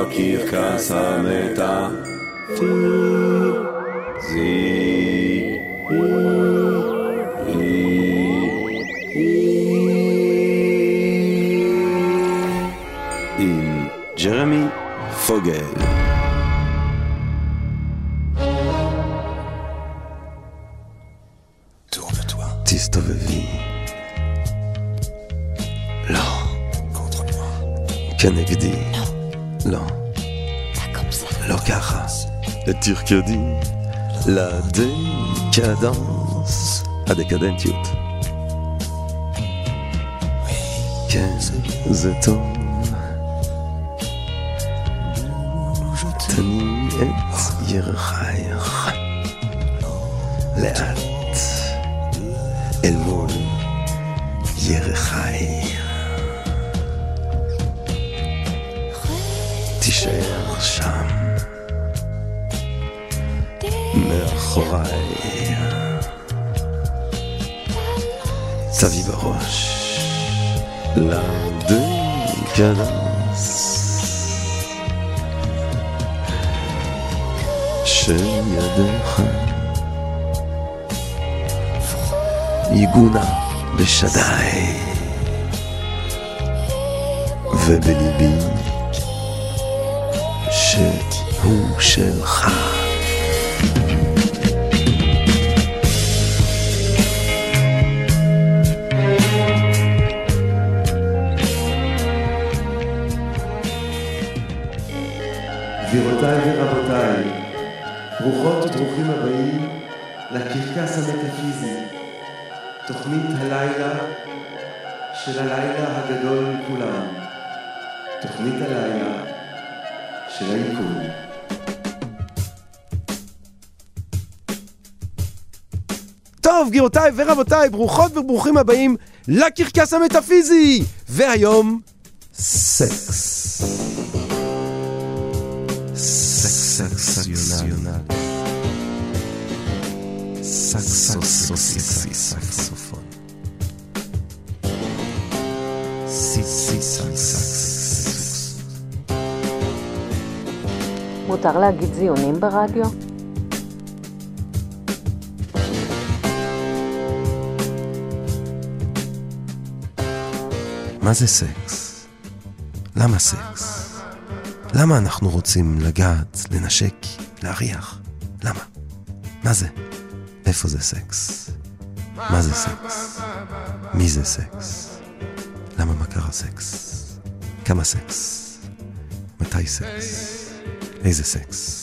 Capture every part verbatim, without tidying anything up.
בקרקס המטאפיזי עם ג'רמי פוגל. תסתובבי. לא. כנגדי. לא. לא ככה. תרקדי. לדקדנס. הדקדנטיות. כן, זה טוב. תני את ירחייך. לאט. אל מול ירחיי. תישאר שם מאחוריי. תביא בראש לדקדנס של ידיך יגונה בשדי ובליבי שהוא שלך. גבירותיי ורבותיי, ברוכות וברוכים הבאים לקרקס המטאפיזי, תוכנית הלילה של הלילה הגדול מכולם, תוכנית הלילה של היקום. טוב, גבירותיי ורבותיי, ברוכות וברוכים הבאים לקרקס המטאפיזי, והיום סקס. סקסציונל. סקסוסוסי סקסופון. סי סי סקסס. מותר להגיד זיונים ברדיו? מה זה סקס? למה סקס? למה אנחנו רוצים לגעת, לנשק, להריח? למה? מה זה? איפה זה סקס? מה זה סקס? מי זה סקס? למה מה קרה סקס? כמה סקס? מתי סקס? איזה סקס?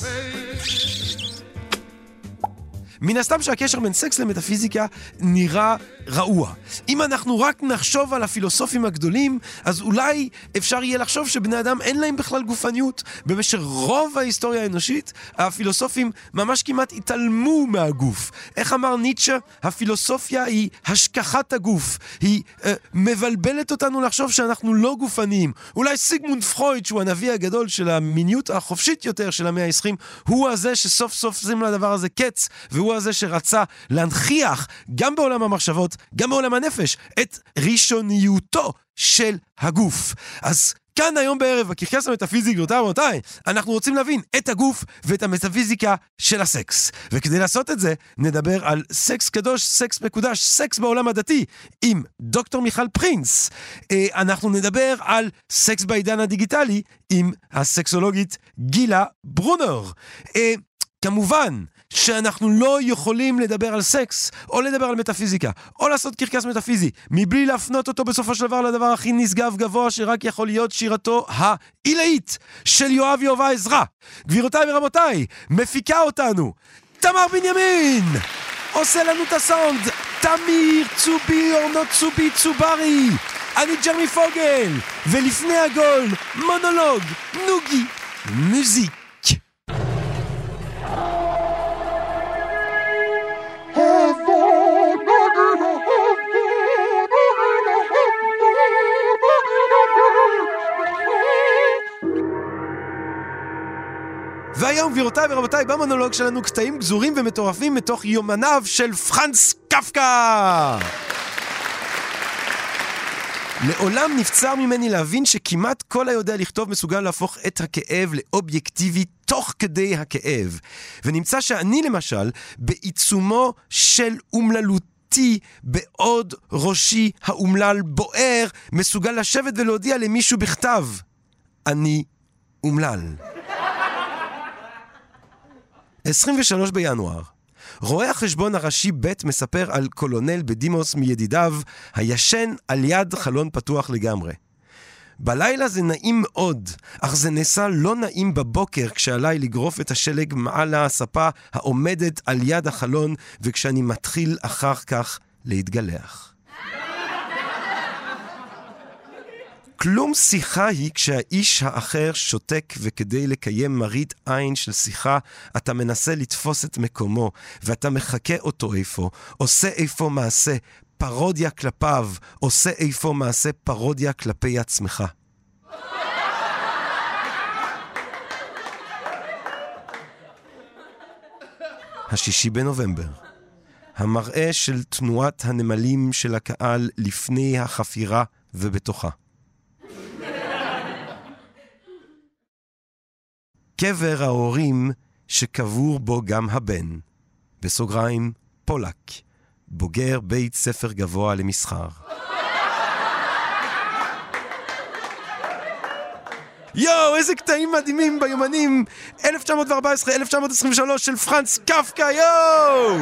מן הסתם שהקשר בין סקס למטאפיזיקה נראה רעוע. אם אנחנו רק נחשוב על הפילוסופים הגדולים, אז אולי אפשר יהיה לחשוב שבני אדם אין להם בכלל גופניות. במשך רוב ההיסטוריה האנושית, הפילוסופים ממש כמעט התעלמו מהגוף. איך אמר ניטשה? הפילוסופיה היא השכחת הגוף. היא אה, מבלבלת אותנו לחשוב שאנחנו לא גופניים. אולי סיגמונד פרויד, שהוא הנביא הגדול של המיניות החופשית יותר של המאה ה-עשרים, הוא הזה שסוף סוף שים לדבר הזה קץ, והוא הזה שרצה להנכיח גם בעולם המחשבות, גם בעולם הנפש, את ראשוניותו של הגוף. אז כאן היום בערב, הקרקס המטאפיזי, גבירותיי ורבותיי, אנחנו רוצים להבין את הגוף ואת המטאפיזיקה של הסקס. וכדי לעשות את זה, נדבר על סקס קדוש, סקס מקודש, סקס בעולם הדתי, עם דוקטור מיכל פרינס. אנחנו נדבר על סקס בעידן הדיגיטלי, עם הסקסולוגית גילה ברונר. כמובן, שאנחנו לא יכולים לדבר על סקס, או לדבר על מטאפיזיקה, או לעשות קרקס מטאפיזי, מבלי להפנות אותו בסופו של דבר לדבר הכי נשגב גבוה, שרק יכול להיות שירתו העילאית של יואב יהובה עזרא. גבירותיי ורבותיי, מפיקה אותנו תמר בנימין, עושה לנו את הסאונד תמיר צובי אורנות צובי צוברי, אני ג'רמי פוגל, ולפני הגול מונולוג נוגי מוזיק. והיום, גבירותיי ורבותיי, במונולוג שלנו קטעים גזורים ומטורפים מתוך יומניו של פרנץ קפקא. לעולם נבצר ממני להבין שכמעט כל היודע לכתוב מסוגל להפוך את הכאב לאובייקטיבי תוך כדי הכאב. ונמצא שאני למשל בעיצומו של אומללותי, בעוד ראשי האומלל בוער, מסוגל לשבת ולהודיע למישהו בכתב, אני אומלל. עשרים ושלושה בינואר. רואה החשבון הראשי ב' מספר על קולונל בדימוס מידידיו הישן על יד חלון פתוח לגמרי. בלילה זה נעים מאוד, אך זה נעשה לא נעים בבוקר כשעליי לגרוף את השלג מעל הספה העומדת על יד החלון וכשאני מתחיל אחר כך להתגלח. כלום שיחה היא כשהאיש האחר שותק, וכדי לקיים מראית עין של שיחה אתה מנסה לתפוס את מקומו ואתה מחכה אותו איפה, עושה איפה מעשה פרודיה כלפיו, עושה איפה מעשה פרודיה כלפי עצמך. השישי בנובמבר. המראה של תנועת הנמלים של הקהל לפני החפירה ובתוכה. קבר ההורים שקבור בו גם הבן, בסוגריים פולק, בוגר בית ספר גבוה למסחר. יואו, איזה קטעים מדהימים ביומנים אלף תשע מאות וארבע עשרה אלף תשע מאות עשרים ושלוש של פרנץ קפקא, יואו!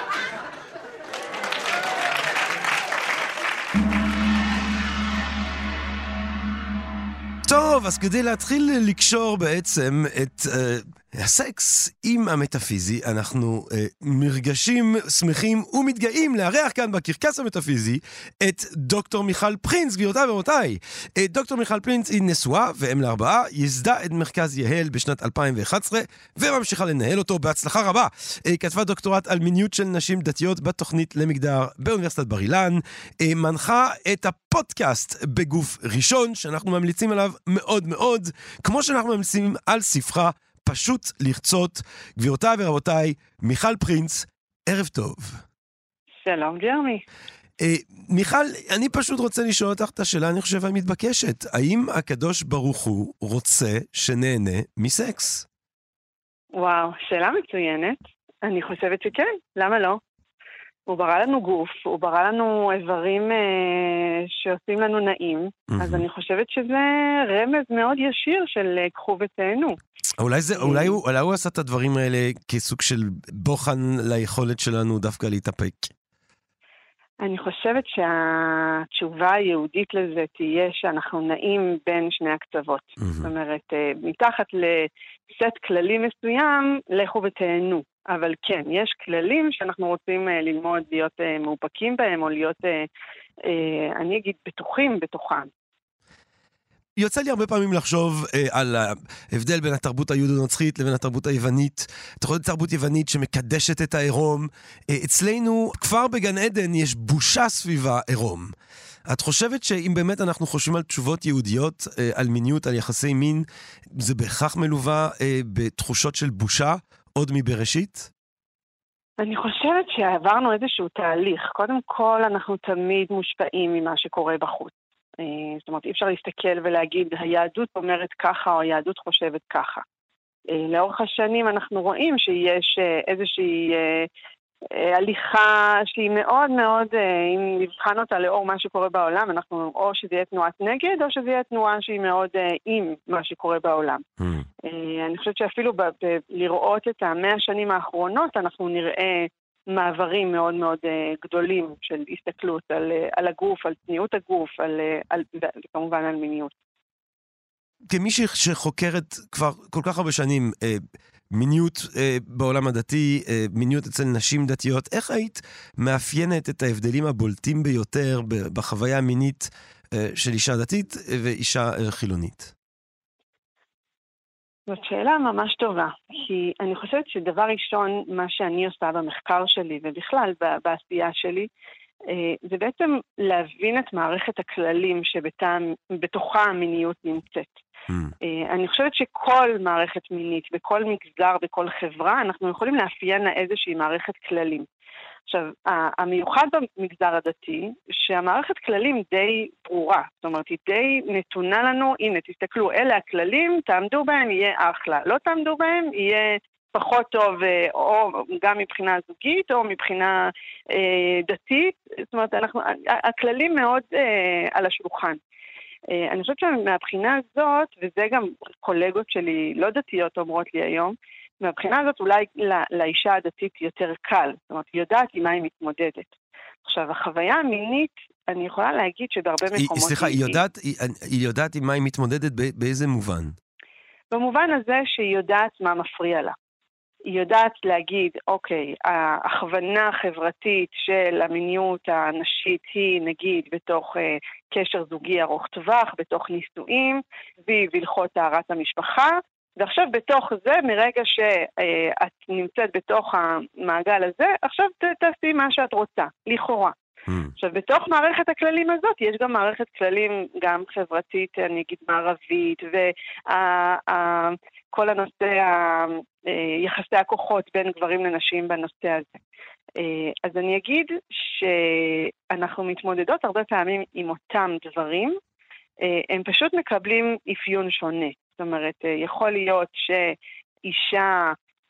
טוב, אז כדי להתחיל לקשור בעצם את uh, הסקס עם המטאפיזי, אנחנו uh, מרגשים, שמחים ומתגאים לארח כאן בקרקס המטאפיזי את דוקטור מיכל פרינץ, גבירותיי ורבותיי. דוקטור מיכל פרינץ היא נשואה ואם לארבעה, ייסדה את מרכז יהל בשנת אלפיים ואחת עשרה וממשיכה לנהל אותו בהצלחה רבה. Uh, כתבה דוקטורט על מיניות של נשים דתיות בתוכנית למגדר באוניברסיטת בר אילן, uh, מנחה את הפודקאסט בגוף ראשון שאנחנו ממליצים עליו מאוד מאוד, כמו שאנחנו ממליצים על ספרה פשוט לרצות. גבירותיי ורבותיי, מיכל פרינץ, ערב טוב. שלום ג'רמי. אה, מיכל, אני פשוט רוצה לשאול אותך את השאלה, אני חושב המתבקשת. האם הקדוש ברוך הוא רוצה שנהנה מסקס? וואו, שאלה מצוינת. אני חושבת שכן, למה לא? הוא ברא לנו גוף, הוא ברא לנו איברים אה, שעושים לנו נעים, mm-hmm. אז אני חושבת שזה רמז מאוד ישיר של אה, קחו ותהנו. אולי, זה, אולי, הוא, אולי הוא עשה את הדברים האלה כסוג של בוחן ליכולת שלנו דווקא להתאפק. אני חושבת שהתשובה היהודית לזה תהיה שאנחנו נעים בין שני הקצוות. Mm-hmm. זאת אומרת, אה, מתחת לסט כללי מסוים, לכו ותהנו. אבל כן, יש כללים שאנחנו רוצים uh, ללמוד להיות uh, מאופקים בהם, או להיות, uh, uh, אני אגיד, בטוחים בתוכם. יוצא לי הרבה פעמים לחשוב uh, על ההבדל בין התרבות היהודו-נוצרית לבין התרבות היוונית. אתה יכול להיות תרבות יוונית שמקדשת את העירום. Uh, אצלנו, כבר בגן עדן יש בושה סביבה עירום. את חושבת שאם באמת אנחנו חושבים על תשובות יהודיות, uh, על מיניות, על יחסי מין, זה בהכרח מלווה uh, בתחושות של בושה? עוד מבראשית? אני חושבת שעברנו איזשהו תהליך. קודם כל, אנחנו תמיד מושפעים ממה שקורה בחוץ. זאת אומרת, אי אפשר להסתכל ולהגיד, היהדות אומרת ככה, או היהדות חושבת ככה. לאורך השנים אנחנו רואים שיש איזושהי הליכה שהיא מאוד מאוד, אם נבחן אותה לאור מה שקורה בעולם, אנחנו או שזה יהיה תנועת נגד, או שזה יהיה תנועה שהיא מאוד עם מה שקורה בעולם. Mm. אני חושבת שאפילו ב- ב- לראות את המאה השנים האחרונות, אנחנו נראה מעברים מאוד מאוד גדולים של הסתכלות על, על הגוף, על צניעות הגוף, על, על, וכמובן על מיניות. כמי שחוקרת כבר כל כך הרבה שנים, מיניות אה, בעולם הדתי, אה, מיניות אצל נשים דתיות, איך היית מאפיינת את ההבדלים הבולטים ביותר בחוויה המינית אה, של אישה דתית ואישה אה, חילונית? זאת שאלה ממש טובה, כי אני חושבת שדבר ראשון, מה שאני עושה במחקר שלי ובכלל בעשייה שלי, אה, זה בעצם להבין את מערכת הכללים שבתוכה המיניות נמצאת. Mm. אני חושבת שכל מערכת מינית, בכל מגזר, בכל חברה, אנחנו יכולים לאפיין איזושהי מערכת כללים. עכשיו, המיוחד במגזר הדתי, שהמערכת כללים די ברורה, זאת אומרת, היא די נתונה לנו, הנה, תסתכלו, אלה הכללים, תעמדו בהם, יהיה אחלה, לא תעמדו בהם, יהיה פחות טוב, או גם מבחינה זוגית, או מבחינה אה, דתית, זאת אומרת, אנחנו, הכללים מאוד אה, על השולחן. אה, אני חושבת שמהבחינה הזאת, וזה גם קולגות שלי לא דתיות אומרות לי היום, מהבחינה הזאת אולי לא, לאישה הדתית יותר קל, זאת אומרת, היא יודעת עם מה היא מתמודדת. עכשיו, החוויה המינית, אני יכולה להגיד שבהרבה מקומות... היא, סליחה, היא יודעת, היא, היא יודעת עם מה היא מתמודדת באיזה מובן? במובן הזה שהיא יודעת מה מפריע לה. היא יודעת להגיד, אוקיי, ההכוונה החברתית של המיניות הנשית היא, נגיד, בתוך אה, קשר זוגי ארוך טווח, בתוך נישואים, והיא בהלכות טהרת המשפחה, ועכשיו בתוך זה, מרגע שאת נמצאת בתוך המעגל הזה, עכשיו תעשי מה שאת רוצה, לכאורה. Mm. עכשיו, בתוך מערכת הכללים הזאת, יש גם מערכת כללים, גם חברתית, אני אגיד מערבית, וכל הנושא, יחסי הכוחות בין גברים לנשים בנושא הזה. אז אני אגיד שאנחנו מתמודדות הרבה פעמים עם אותם דברים, הם פשוט מקבלים אפיון שונה. זאת אומרת, יכול להיות שאישה,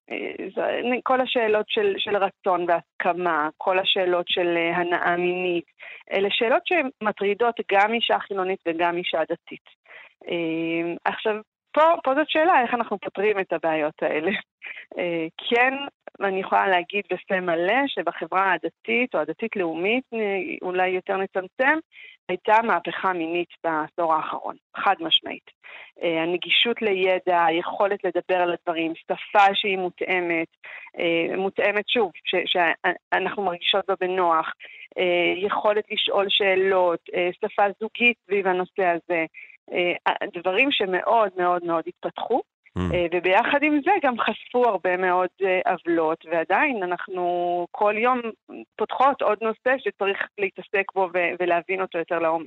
כל השאלות של, של רצון והסכמה, כל השאלות של הנאה מינית, אלה שאלות שמטרידות גם אישה חילונית וגם אישה דתית. עכשיו, פה, פה זאת שאלה איך אנחנו פותרים את הבעיות האלה. כן, אני יכולה להגיד בפה מלא שבחברה הדתית או הדתית-לאומית, אולי יותר נצמצם, הייתה מהפכה מינית בעשור האחרון, חד משמעית. הנגישות לידע, היכולת לדבר על הדברים, שפה שהיא מותאמת, מותאמת שוב, שאנחנו מרגישות בה בנוח, יכולת לשאול שאלות, שפה זוגית סביב הנושא הזה, דברים שמאוד מאוד מאוד התפתחו, וביחד עם זה גם חשפו הרבה מאוד עוולות, ועדיין אנחנו כל יום פותחות עוד נושא שצריך להתעסק בו ולהבין אותו יותר לעומק.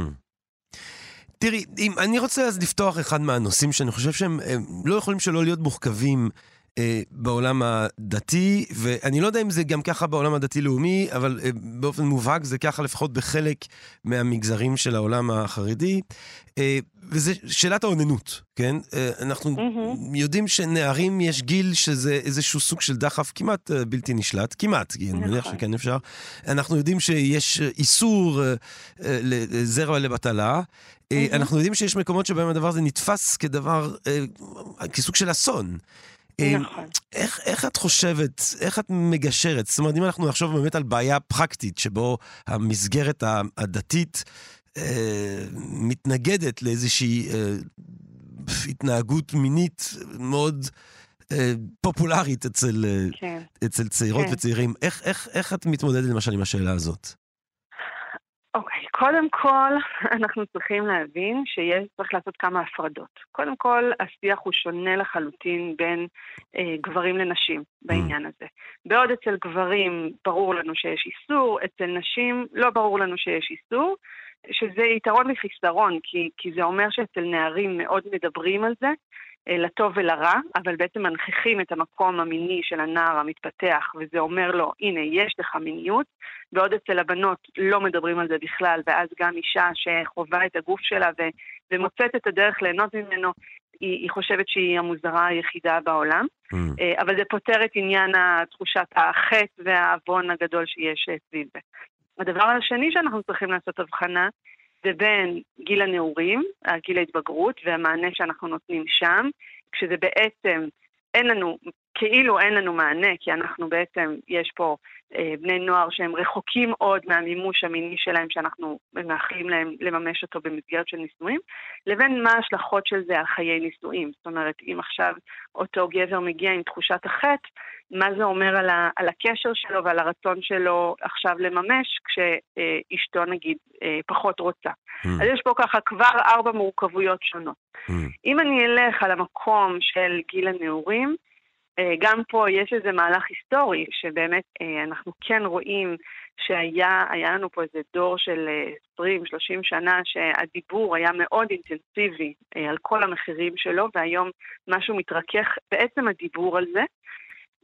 תראי, אם אני רוצה אז לפתוח אחד מהנושאים שאני חושב שהם לא יכולים שלא להיות מוחכבים בעולם הדתי, ואני לא יודע אם זה גם ככה בעולם הדתי-לאומי, אבל באופן מובהק זה ככה לפחות בחלק מהמגזרים של העולם החרדי, וזה שאלת העוננות, כן? אנחנו mm-hmm. יודעים שנערים יש גיל שזה איזשהו סוג של דחף כמעט בלתי נשלט, כמעט, כי אני מניח שכן אפשר. אנחנו יודעים שיש איסור לזרע לבטלה, mm-hmm. אנחנו יודעים שיש מקומות שבהם הדבר הזה נתפס כדבר, כסוג של אסון. נכון. איך, איך את חושבת, איך את מגשרת? זאת אומרת, אם אנחנו נחשוב באמת על בעיה פרקטית, שבו המסגרת הדתית אה, מתנגדת לאיזושהי אה, התנהגות מינית מאוד אה, פופולרית אצל, כן. אצל צעירות כן. וצעירים, איך, איך, איך את מתמודדת למשל עם השאלה הזאת? אוקיי, קודם כל אנחנו צריכים להבין שיש צריך לעשות כמה הפרדות. קודם כל, השיח הוא שונה לחלוטין בין אה, גברים לנשים בעניין הזה. בעוד אצל גברים ברור לנו שיש איסור, אצל נשים לא ברור לנו שיש איסור, שזה יתרון וחיסרון, כי, כי זה אומר שאצל נערים מאוד מדברים על זה, לטוב ולרע, אבל בעצם מנכיחים את המקום המיני של הנער המתפתח, וזה אומר לו, הנה, יש לך מיניות, בעוד אצל הבנות לא מדברים על זה בכלל, ואז גם אישה שחובה את הגוף שלה ו- ומוצאת את הדרך ליהנות ממנו, היא, היא חושבת שהיא המוזרה היחידה בעולם, mm. אבל זה פותר את עניין תחושת החטא והאבון הגדול שיש סביב זה. הדבר השני שאנחנו צריכים לעשות הבחנה, זה בין גיל הנעורים, גיל ההתבגרות, והמענה שאנחנו נותנים שם, כשזה בעצם אין לנו, כאילו אין לנו מענה, כי אנחנו בעצם, יש פה אה, בני נוער שהם רחוקים עוד מהמימוש המיני שלהם, שאנחנו מאחלים להם לממש אותו במסגרת של נישואים, לבין מה ההשלכות של זה על חיי נישואים. זאת אומרת, אם עכשיו אותו גבר מגיע עם תחושת החטא, מה זה אומר על, ה, על הקשר שלו ועל הרצון שלו עכשיו לממש, כשאשתו נגיד אה, פחות רוצה. Mm. אז יש פה ככה כבר ארבע מורכבויות שונות. Mm. אם אני אלך על המקום של גיל הנעורים, גם פה יש איזה מהלך היסטורי, שבאמת אנחנו כן רואים שהיה היה לנו פה איזה דור של עשרים שלושים שנה, שהדיבור היה מאוד אינטנסיבי על כל המחירים שלו, והיום משהו מתרכך בעצם הדיבור על זה,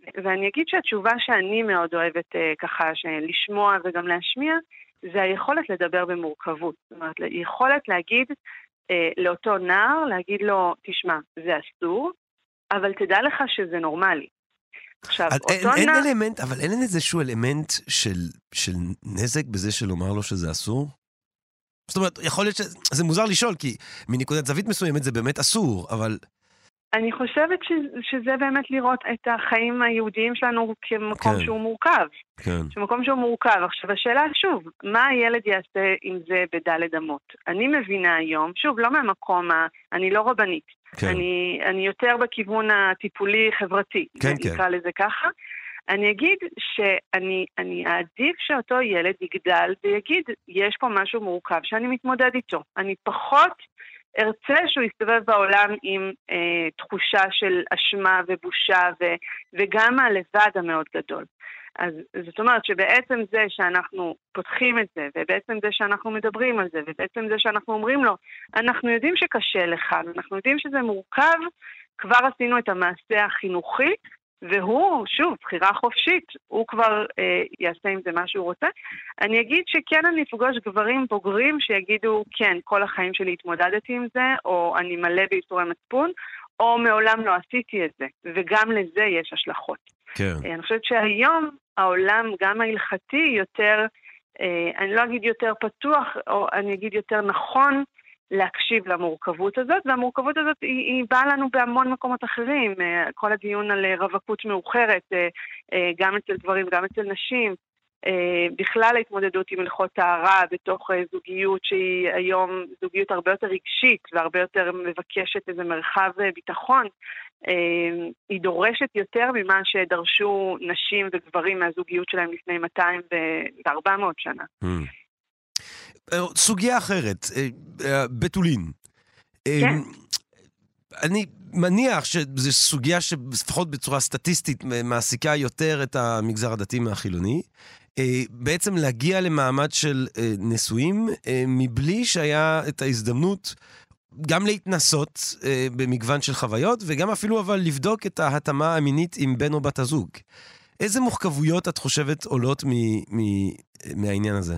ואני אגיד שהתשובה שאני מאוד אוהבת ככה, לשמוע וגם להשמיע, זה היכולת לדבר במורכבות. זאת אומרת, יכולת להגיד לאותו נער, להגיד לו, תשמע, זה אסור, אבל תדע לך שזה נורמלי. עכשיו, אותו אין נער... אלמנט, אבל אין איזשהו אלמנט של, של נזק בזה של לומר לו שזה אסור? זאת אומרת, יכול להיות שזה מוזר לשאול, כי מנקודת זווית מסוימת זה באמת אסור, אבל... אני חושבת ש, שזה באמת לראות את החיים היהודיים שלנו כמקום כן. שהוא מורכב. כן. שמקום שהוא מורכב. עכשיו, השאלה שוב, מה הילד יעשה עם זה בדלת אמות? אני מבינה היום, שוב, לא מהמקום, אני לא רבנית. כן. אני, אני יותר בכיוון הטיפולי-חברתי. כן, כן. נקרא לזה ככה. אני אגיד שאני אני אעדיף שאותו ילד יגדל ויגיד, יש פה משהו מורכב שאני מתמודד איתו. אני פחות... ארצה שהוא יסתובב בעולם עם אה, תחושה של אשמה ובושה ו, וגם הלבד המאוד גדול. אז זאת אומרת שבעצם זה שאנחנו פותחים את זה, ובעצם זה שאנחנו מדברים על זה, ובעצם זה שאנחנו אומרים לו, אנחנו יודעים שקשה לך, אנחנו יודעים שזה מורכב, כבר עשינו את המעשה החינוכי, והוא, שוב, בחירה חופשית, הוא כבר אה, יעשה עם זה מה שהוא רוצה. אני אגיד שכן אני אפגוש גברים בוגרים שיגידו, כן, כל החיים שלי התמודדתי עם זה, או אני מלא בייסורי מצפון, או מעולם לא עשיתי את זה, וגם לזה יש השלכות. כן. אה, אני חושבת שהיום העולם, גם ההלכתי, יותר, אה, אני לא אגיד יותר פתוח, או אני אגיד יותר נכון, להקשיב למורכבות הזאת, והמורכבות הזאת היא, היא באה לנו בהמון מקומות אחרים, כל הדיון על רווקות מאוחרת, גם אצל גברים, גם אצל נשים, בכלל ההתמודדות עם הלכות טהרה בתוך זוגיות שהיא היום זוגיות הרבה יותר רגשית והרבה יותר מבקשת איזה מרחב ביטחון, היא דורשת יותר ממה שדרשו נשים וגברים מהזוגיות שלהם לפני מאתיים וארבע מאות שנה. סוגיה אחרת, בתולין. כן. אני מניח שזו סוגיה שלפחות בצורה סטטיסטית מעסיקה יותר את המגזר הדתי מהחילוני. בעצם להגיע למעמד של נשואים מבלי שהיה את ההזדמנות גם להתנסות במגוון של חוויות, וגם אפילו אבל לבדוק את ההתאמה המינית עם בן או בת הזוג. איזה מורכבויות את חושבת עולות מ- מ- מהעניין הזה?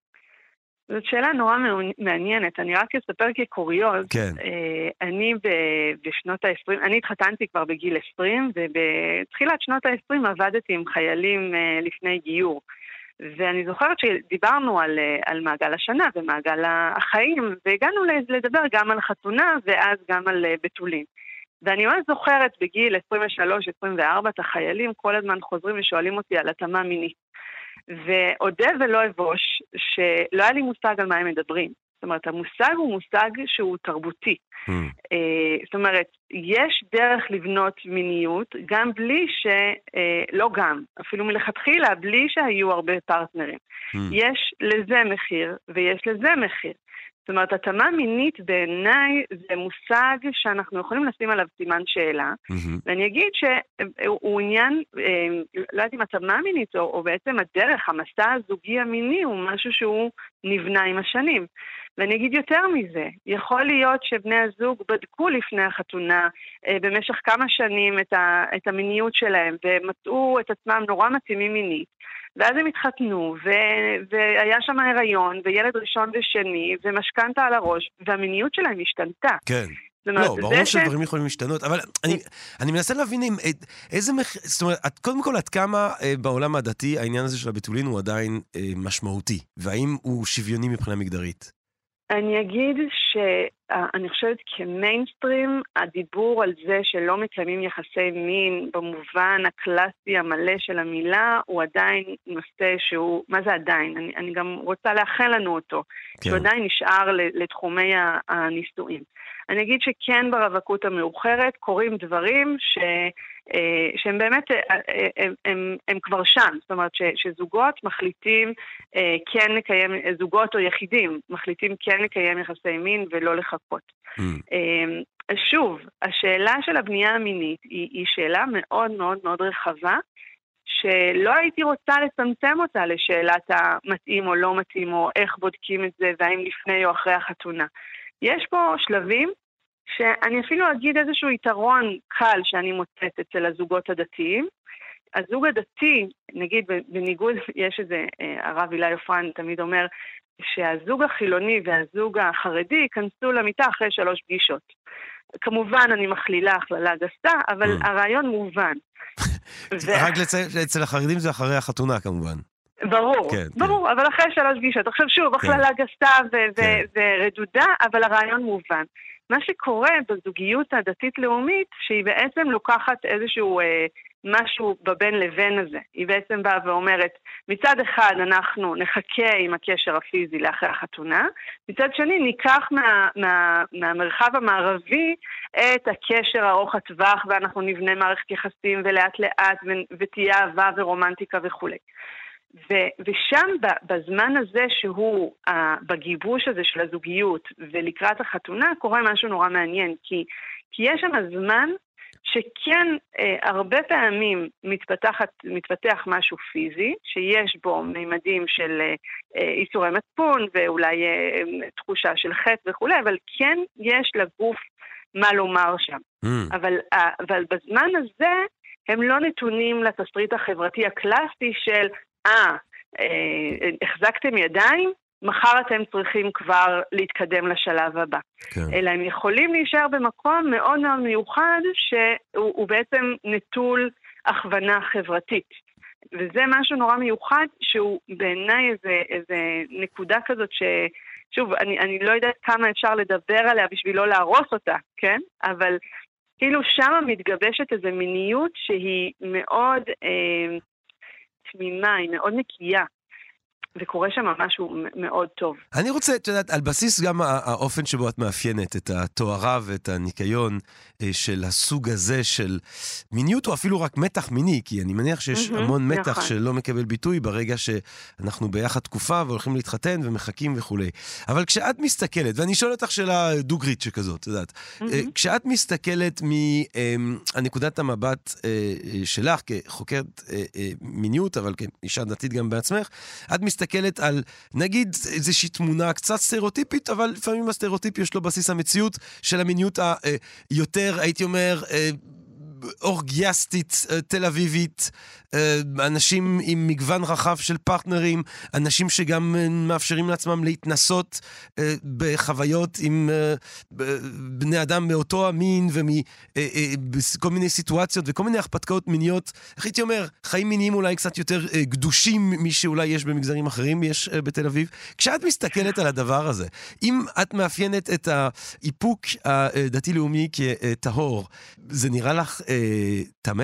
זאת שאלה נורא מעניינת, אני רק אספר כקוריוז, כן. אני בשנות ה-עשרים, אני התחתנתי כבר בגיל עשרים, ובתחילת שנות ה-עשרים עבדתי עם חיילים לפני גיור, ואני זוכרת שדיברנו על, על מעגל השנה ומעגל החיים, והגענו לדבר גם על חתונה ואז גם על בתולים. ואני ממש זוכרת בגיל עשרים ושלוש עשרים וארבע את החיילים כל הזמן חוזרים ושואלים אותי על התאמה מינית. ועודה ולא אבוש שלא היה לי מושג על מה הם מדברים. זאת אומרת, המושג הוא מושג שהוא תרבותי. Mm. זאת אומרת, יש דרך לבנות מיניות גם בלי ש... לא גם, אפילו מלכתחילה, בלי שהיו הרבה פרטנרים. Mm. יש לזה מחיר ויש לזה מחיר. זאת אומרת, התאמה מינית בעיניי זה מושג שאנחנו יכולים לשים עליו סימן שאלה, mm-hmm. ואני אגיד שהוא עניין, לא יודעת אם התאמה מינית, או, או בעצם הדרך, המסע הזוגי המיני, הוא משהו שהוא נבנה עם השנים. ואני אגיד יותר מזה, יכול להיות שבני הזוג בדקו לפני החתונה במשך כמה שנים את, ה, את המיניות שלהם, ומצאו את עצמם נורא מתאימים מינית, ואז הם התחתנו, ו- והיה שם הריון, וילד ראשון ושני, ומשכנתה על הראש, והמיניות שלהם השתנתה. כן. אומרת, לא, ברור ש... שדברים יכולים להשתנות, אבל אני, אני מנסה להבין עם, איזה מח... זאת אומרת, קודם כל, עד כמה בעולם הדתי העניין הזה של הבתולין הוא עדיין משמעותי, והאם הוא שוויוני מבחינה מגדרית? אני אגיד שאני חושבת כמיינסטרים, הדיבור על זה שלא מקיימים יחסי מין במובן הקלאסי המלא של המילה, הוא עדיין נושא שהוא, מה זה עדיין? אני, אני גם רוצה לאחל לנו אותו, כן. שהוא עדיין נשאר לתחומי הנישואים. אני אגיד שכן ברווקות המאוחרת קורים דברים ש... שהם באמת, הם, הם, הם כבר שם, זאת אומרת ש, שזוגות מחליטים כן לקיים, זוגות או יחידים מחליטים כן לקיים יחסי מין ולא לחכות. Mm. שוב, השאלה של הבנייה המינית היא, היא שאלה מאוד מאוד מאוד רחבה, שלא הייתי רוצה לצמצם אותה לשאלת המתאים או לא מתאים, או איך בודקים את זה, והאם לפני או אחרי החתונה. יש פה שלבים, שאני אפילו אגיד איזשהו יתרון קל שאני מוצאת אצל הזוגות הדתיים, הזוג הדתי, נגיד בניגוד, יש איזה, הרב אילי אופרן תמיד אומר, שהזוג החילוני והזוג החרדי ייכנסו למיטה אחרי שלוש פגישות. כמובן אני מכלילה הכללה גסה, אבל mm. הרעיון מובן. ו... רק לצ... אצל החרדים זה אחרי החתונה כמובן. ברור, כן, ברור, כן. אבל אחרי שלוש פגישות. עכשיו שוב, הכללה כן. גסה ו- כן. ו- ורדודה, אבל הרעיון מובן. מה שקורה בזוגיות הדתית-לאומית, שהיא בעצם לוקחת איזשהו אה, משהו בבין לבין הזה. היא בעצם באה ואומרת, מצד אחד אנחנו נחכה עם הקשר הפיזי לאחרי החתונה, מצד שני ניקח מה, מה, מהמרחב המערבי את הקשר ארוך הטווח, ואנחנו נבנה מערכת יחסים ולאט לאט, ו- ותהיה אהבה ורומנטיקה וכו'. ו- ושם בזמן הזה שהוא uh, בגיבוש הזה של הזוגיות ולקראת החתונה קורה משהו נורא מעניין, כי, כי יש שם הזמן שכן uh, הרבה פעמים מתפתחת, מתפתח משהו פיזי, שיש בו מימדים של uh, איסורי מצפון ואולי uh, תחושה של חטא וכו', אבל כן יש לגוף מה לומר שם. Mm. אבל, uh, אבל בזמן הזה הם לא נתונים לתסריט החברתי הקלאסי של אה, אה, החזקתם ידיים, מחר אתם צריכים כבר להתקדם לשלב הבא. כן. אלא הם יכולים להישאר במקום מאוד מאוד מיוחד, שהוא בעצם נטול הכוונה חברתית. וזה משהו נורא מיוחד, שהוא בעיניי איזה, איזה נקודה כזאת ש... שוב, אני, אני לא יודעת כמה אפשר לדבר עליה בשביל לא להרוס אותה, כן? אבל כאילו שם מתגבשת איזו מיניות שהיא מאוד... אה, תמימה, היא מאוד נקייה, וקורה שם משהו מאוד טוב. אני רוצה, את יודעת, על בסיס גם האופן שבו את מאפיינת את התוארה ואת הניקיון של הסוג הזה של מיניות, או אפילו רק מתח מיני, כי אני מניח שיש המון מתח שלא מקבל ביטוי ברגע שאנחנו ביחד תקופה והולכים להתחתן ומחכים וכו'. אבל כשאת מסתכלת, ואני שואל אותך שאלה דוגרית שכזאת, את יודעת, כשאת מסתכלת מנקודת המבט שלך כחוקרת מיניות, אבל כאישה דתית גם בעצמך, את מסתכלת על, נגיד, איזושהי תמונה קצת סטריאוטיפית, אבל לפעמים הסטריאוטיפ יש לו בסיס המציאות של המיניות היותר, הייתי אומר, אורגייסטית, תל אביבית, אנשים עם מגוון רחב של פרטנרים, אנשים שגם מאפשרים לעצמם להתנסות בחוויות עם בני אדם מאותו המין ובכל מיני סיטואציות וכל מיני הכפתקאות מיניות. איך הייתי אומר, חיים מיניים אולי קצת יותר גדושים מי שאולי יש במגזרים אחרים, יש בתל אביב. כשאת מסתכלת על הדבר הזה, אם את מאפיינת את האיפוק הדתי-לאומי כטהור, זה נראה לך תמה?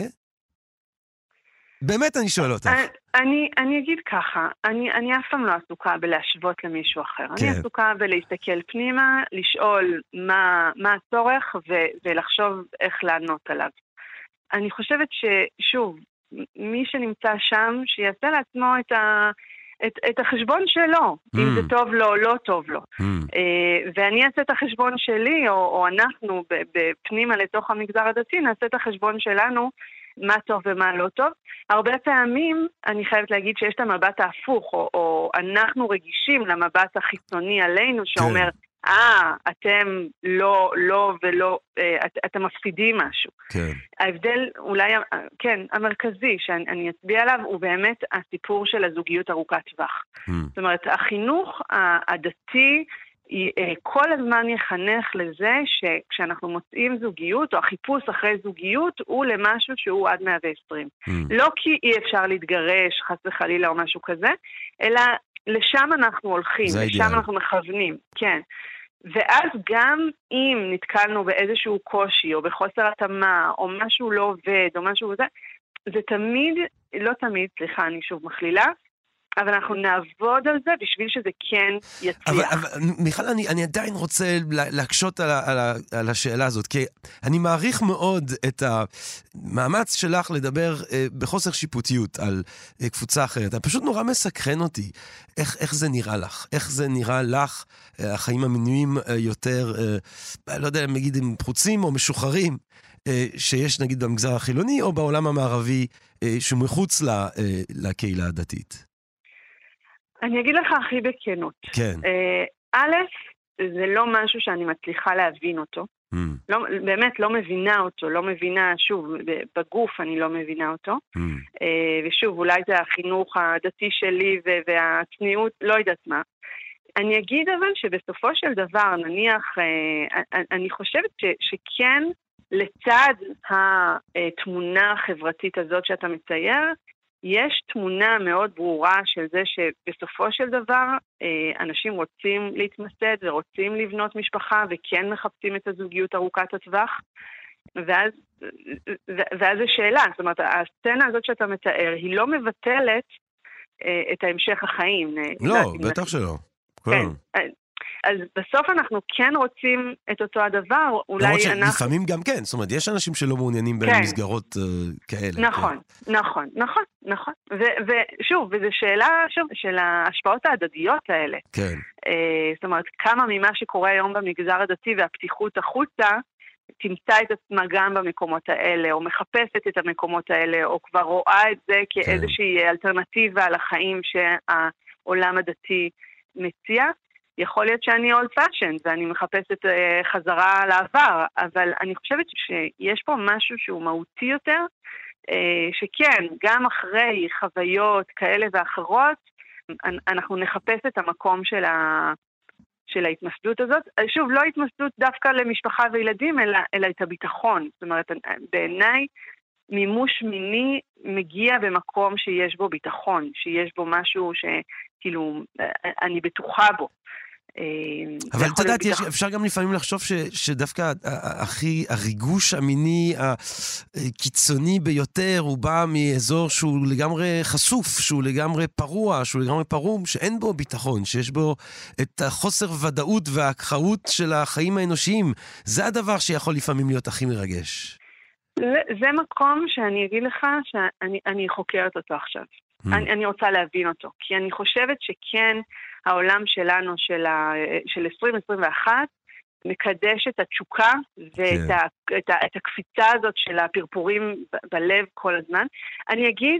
באמת אני שואל אותך. אני, אני אגיד ככה, אני, אני אף פעם לא עסוקה בלהשוות למישהו אחר. כן. אני עסוקה בלהסתכל פנימה, לשאול מה, מה הצורך ו, ולחשוב איך לענות עליו. אני חושבת ששוב, מי שנמצא שם, שיעשה לעצמו את ה... את, את החשבון שלו, mm. אם זה טוב לו או לא טוב לו. Mm. Uh, ואני אעשה את החשבון שלי, או, או אנחנו בפנימה לתוך המגזר הדתי, נעשה את החשבון שלנו, מה טוב ומה לא טוב. הרבה פעמים אני חייבת להגיד שיש את המבט ההפוך, או, או אנחנו רגישים למבט החיצוני עלינו, שאומר, אה, אתם לא, לא ולא, את, אתם מפסידים משהו. כן. ההבדל אולי, כן, המרכזי שאני אצביע עליו, הוא באמת הסיפור של הזוגיות ארוכת טווח. Mm. זאת אומרת, החינוך הדתי, כל הזמן יחנך לזה שכשאנחנו מוצאים זוגיות, או החיפוש אחרי זוגיות, הוא למשהו שהוא עד מאה ועשרים. Mm. לא כי אי אפשר להתגרש, חס וחלילה או משהו כזה, אלא לשם אנחנו הולכים, לשם אנחנו מכוונים, כן. ואז גם אם נתקלנו באיזשהו קושי, או בחוסר התאמה, או משהו לא עובד, או משהו כזה, זה תמיד, לא תמיד, סליחה, אני שוב מכלילה, אבל אנחנו נעבוד על זה בשביל שזה כן יצליח. אבל, אבל מיכל, אני, אני עדיין רוצה להקשות על, על, על השאלה הזאת, כי אני מעריך מאוד את המאמץ שלך לדבר אה, בחוסר שיפוטיות על אה, קבוצה אחרת. זה פשוט נורא מסקרן אותי. איך, איך זה נראה לך? איך זה נראה לך, אה, החיים המינויים אה, יותר, אה, לא יודע, נגיד, הם פחוצים או משוחררים, אה, שיש נגיד במגזר החילוני או בעולם המערבי, אה, שמחוץ לה, אה, לקהילה הדתית. אני אגיד לך הכי בכנות. כן. א', זה לא משהו שאני מצליחה להבין אותו. Mm. לא, באמת לא מבינה אותו, לא מבינה, שוב, בגוף אני לא מבינה אותו. Mm. ושוב, אולי זה החינוך הדתי שלי והצניעות, לא יודעת מה. אני אגיד אבל שבסופו של דבר, נניח, אני חושבת ש, שכן, לצד התמונה החברתית הזאת שאתה מצייר, יש תמונה מאוד ברורה של זה שבסופו של דבר אנשים רוצים להתמסד ורוצים לבנות משפחה וכן מחפשים את הזוגיות ארוכת הטווח. ואז, ואז השאלה, זאת אומרת, הסצנה הזאת שאתה מתאר היא לא מבטלת את ההמשך החיים. לא, בטח שלא. כן. אז בסוף אנחנו כן רוצים את אותו הדבר, אולי אנחנו... לפעמים גם כן, זאת אומרת, יש אנשים שלא מעוניינים במסגרות כאלה. נכון, נכון, נכון, נכון. ושוב, וזו שאלה של ההשפעות ההדדיות האלה. כן. זאת אומרת, כמה ממה שקורה היום במגזר הדתי והפתיחות החוצה, תמצא את עצמה גם במקומות האלה, או מחפשת את המקומות האלה, או כבר רואה את זה כאיזושהי אלטרנטיבה לחיים שהעולם הדתי מציע. יכול להיות שאני אולד פאשן, ואני מחפשת uh, חזרה לעבר, אבל אני חושבת שיש פה משהו שהוא מהותי יותר, uh, שכן, גם אחרי חוויות כאלה ואחרות, אנחנו נחפש את המקום של, ה... של ההתמסדות הזאת. שוב, לא התמסדות דווקא למשפחה וילדים, אלא, אלא את הביטחון. זאת אומרת, בעיניי, מימוש מיני מגיע במקום שיש בו ביטחון, שיש בו משהו שכאילו, אני בטוחה בו. אבל אתה יודעת, אפשר גם לפעמים לחשוב שדווקא הכי הריגוש המיני הקיצוני ביותר הוא בא מאזור שהוא לגמרי חשוף, שהוא לגמרי פרוע, שהוא לגמרי פרום, שאין בו ביטחון, שיש בו את החוסר ודאות והכחאות של החיים האנושיים. זה הדבר שיכול לפעמים להיות הכי מרגש. זה מקום שאני אגיד לך שאני חוקרת אותו עכשיו. אני, אני רוצה להבין אותו, כי אני חושבת שכן העולם שלנו של, ה, של עשרים עשרים ואחת מקדש את התשוקה ואת ה, את ה, את הקפיצה הזאת של הפרפורים ב, בלב כל הזמן. אני אגיד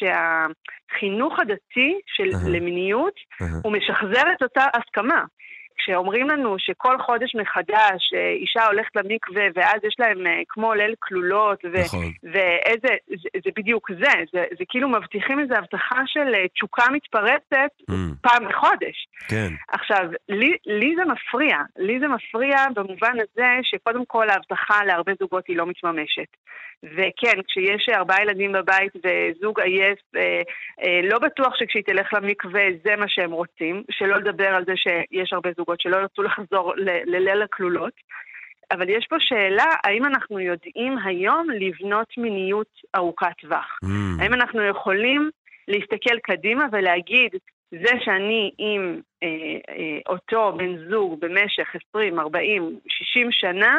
שהחינוך הדתי של למיניות הוא משחזר את אותה הסכמה. כשאומרים לנו שכל חודש מחדש אישה הולכת למקווה ואז יש להם כמו ליל כלולות ו- נכון. ואיזה, זה, זה בדיוק זה, זה, זה כאילו מבטיחים איזו הבטחה של תשוקה מתפרצת mm. פעם בחודש. כן. עכשיו, לי, לי זה מפריע, לי זה מפריע במובן הזה שקודם כל ההבטחה להרבה זוגות היא לא מתממשת. וכן, כשיש ארבעה ילדים בבית וזוג עייף, אה, אה, לא בטוח שכשהיא תלך למקווה זה מה שהם רוצים, שלא לדבר על זה שיש הרבה זוגות שלא ירצו לחזור לליל הכלולות. אבל יש פה שאלה, האם אנחנו יודעים היום לבנות מיניות ארוכת טווח? Mm. האם אנחנו יכולים להסתכל קדימה ולהגיד, זה שאני עם אה, אה, אותו בן זוג במשך עשרים, ארבעים, שישים שנה,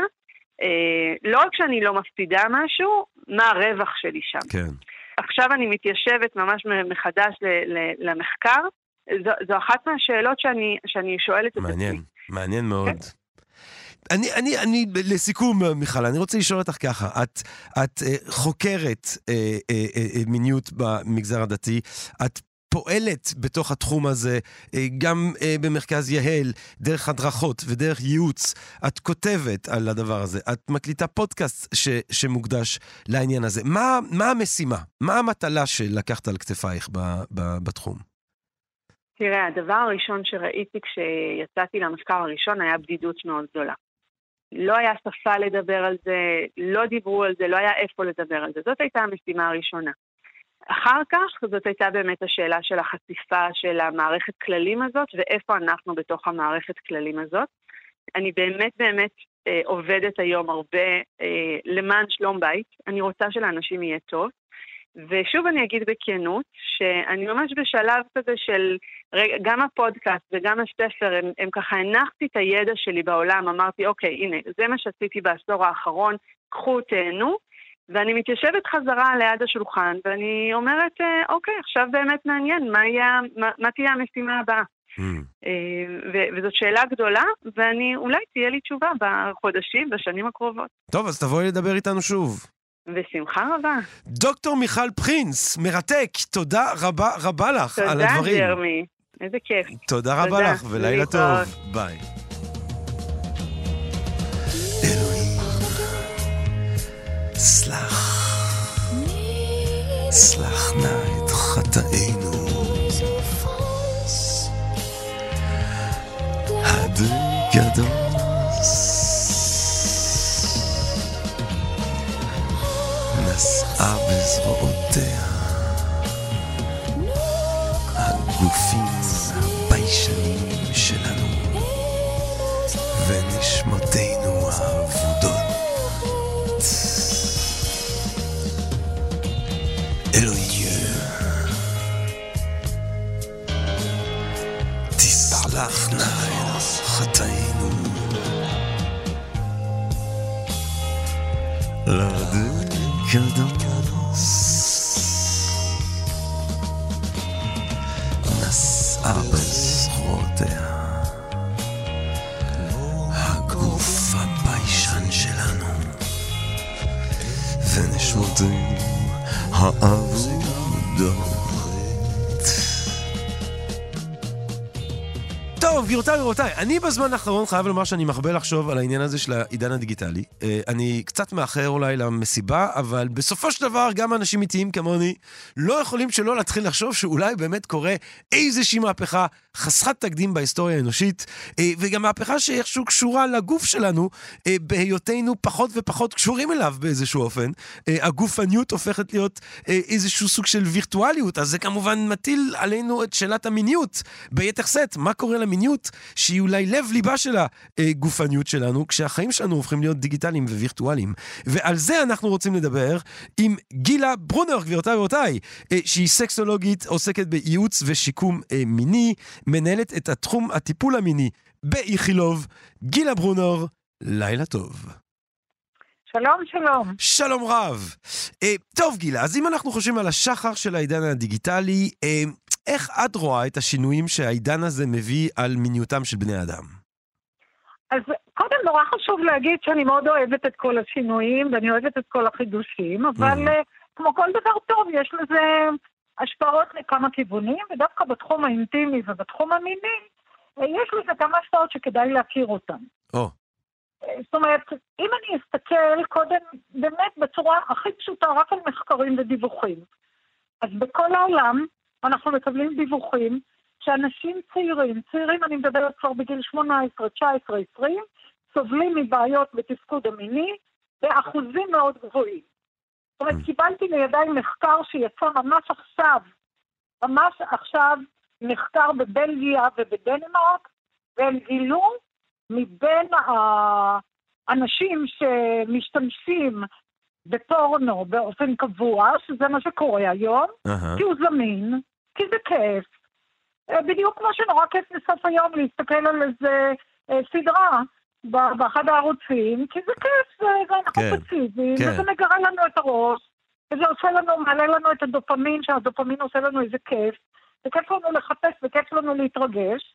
אה, לא רק שאני לא מפסידה משהו, מה הרווח שלי שם? כן. עכשיו אני מתיישבת ממש מחדש ל- ל- למחקר, זו, זו אחת מהשאלות שאני, שאני שואלת את עצמי. מעניין, מעניין מאוד. כן. אני, אני, אני, לסיכום, מיכל, אני רוצה לשאול אותך ככה, את, את uh, חוקרת uh, uh, uh, מיניות במגזר הדתי, את פועלת בתוך התחום הזה, uh, גם uh, במרכז יהל, דרך הדרכות ודרך ייעוץ, את כותבת על הדבר הזה, את מקליטה פודקאסט ש, שמוקדש לעניין הזה. מה, מה המשימה? מה המטלה שלקחת על כתפייך ב, ב, בתחום? תראה, הדבר הראשון שראיתי כשיצאתי למחקר הראשון היה בדידות מאוד גדולה. לא היה שפה לדבר על זה, לא דיברו על זה, לא היה איפה לדבר על זה. זאת הייתה המשימה הראשונה. אחר כך, זאת הייתה באמת השאלה של החשיפה של המערכת כללים הזאת, ואיפה אנחנו בתוך המערכת כללים הזאת. אני באמת באמת אה, עובדת היום הרבה אה, למען שלום בית. אני רוצה שלאנשים יהיה טוב. ושוב אני אגיד בכנות, שאני ממש בשלב כזה של, גם הפודקאסט וגם הספר, הם, הם ככה הנחתי את הידע שלי בעולם, אמרתי, אוקיי, הנה, זה מה שעשיתי בעשור האחרון, קחו, תהנו, ואני מתיישבת חזרה ליד השולחן, ואני אומרת, אוקיי, עכשיו באמת מעניין, מה, יהיה, מה, מה תהיה המשימה הבאה? Mm. ו- וזאת שאלה גדולה, ואני, אולי תהיה לי תשובה בחודשים, בשנים הקרובות. טוב, אז תבואי לדבר איתנו שוב. בשמחה רבה. דוקטור מיכל פרינס, מרתק, תודה רבה רבה לך על הדברים. תודה ג'רמי, איזה כיף. תודה רבה לך, ולילה טוב. ביי. נסעה בזרועותיה, הגופים הביישנים שלנו, ונשמותינו האבודות. אלוהים, תסלח נא אל חטאינו, la décadence נסעה בזרועותיה, הגוף הביישן שלנו, ונשמותינו האבודות. טוב, גבירותיי ורבותיי, אני בזמן האחרון חייב לומר שאני מחבל לחשוב על העניין הזה של העידן הדיגיטלי. אני קצת מאחר אולי למסיבה, אבל בסופו של דבר גם אנשים איטיים כמוני לא יכולים שלא להתחיל לחשוב שאולי באמת קורה איזושהי מהפכה חסרת תקדים בהיסטוריה האנושית, וגם מהפכה שאיכשהו קשורה לגוף שלנו, בהיותנו פחות ופחות קשורים אליו באיזשהו אופן. הגופניות הופכת להיות איזשהו סוג של וירטואליות, אז זה כמובן מטיל עלינו את שאלת המיניות ביתר שאת. מה קורה למיניות שהיא אולי לב ליבה של הגופניות שלנו, כשהחיים שלנו הופכים להיות דיגיטליים ווירטואליים? ועל זה אנחנו רוצים לדבר עם גילה ברונר, גבירותיי ורבותיי, שהיא סקסולוגית, עוסקת בייעוץ ושיקום מיני, מנהלת את התחום הטיפול המיני באיכילוב. גילה ברונר, לילה טוב. שלום, שלום. שלום רב. אה, טוב גילה, אז אם אנחנו חושבים על השחר של העידן הדיגיטלי, אה, איך את רואה את השינויים שהעידן הזה מביא על מיניותם של בני אדם? אז קודם נורא חשוב להגיד שאני מאוד אוהבת את כל השינויים, ואני אוהבת את כל החידושים, אבל mm. כמו כל דבר טוב, יש לזה השפעות לכמה כיוונים, ודווקא בתחום האינטימי ובתחום המיני, יש לזה כמה השפעות שכדאי להכיר אותן. Oh. זאת אומרת, אם אני אסתכל קודם באמת בצורה הכי פשוטה, רק על מחקרים ודיווחים, אז בכל העולם אנחנו מקבלים דיווחים שאנשים צעירים, צעירים אני מדברת כבר בגיל שמונה עשרה, תשע עשרה, עשרים, סובלים מבעיות בתפקוד המיני באחוזים מאוד גבוהים. זאת אומרת, קיבלתי לידיי מחקר שיצא ממש עכשיו, ממש עכשיו מחקר בבלגיה ובדנמרק, והם גילו מבין האנשים שמשתמשים בפורנו באופן קבוע, שזה מה שקורה היום, uh-huh. כי הוא זמין, כי זה כיף. בדיוק כמו שנורא כיף בסוף היום להסתכל על איזה סדרה באחד הערוצים, כי זה כיף, זה אנחנו פציבים, וזה מגרה לנו את הראש, וזה עושה לנו, מעלה לנו את הדופמין, שהדופמין עושה לנו איזה כיף, וכיף לנו לחפש וכיף לנו להתרגש.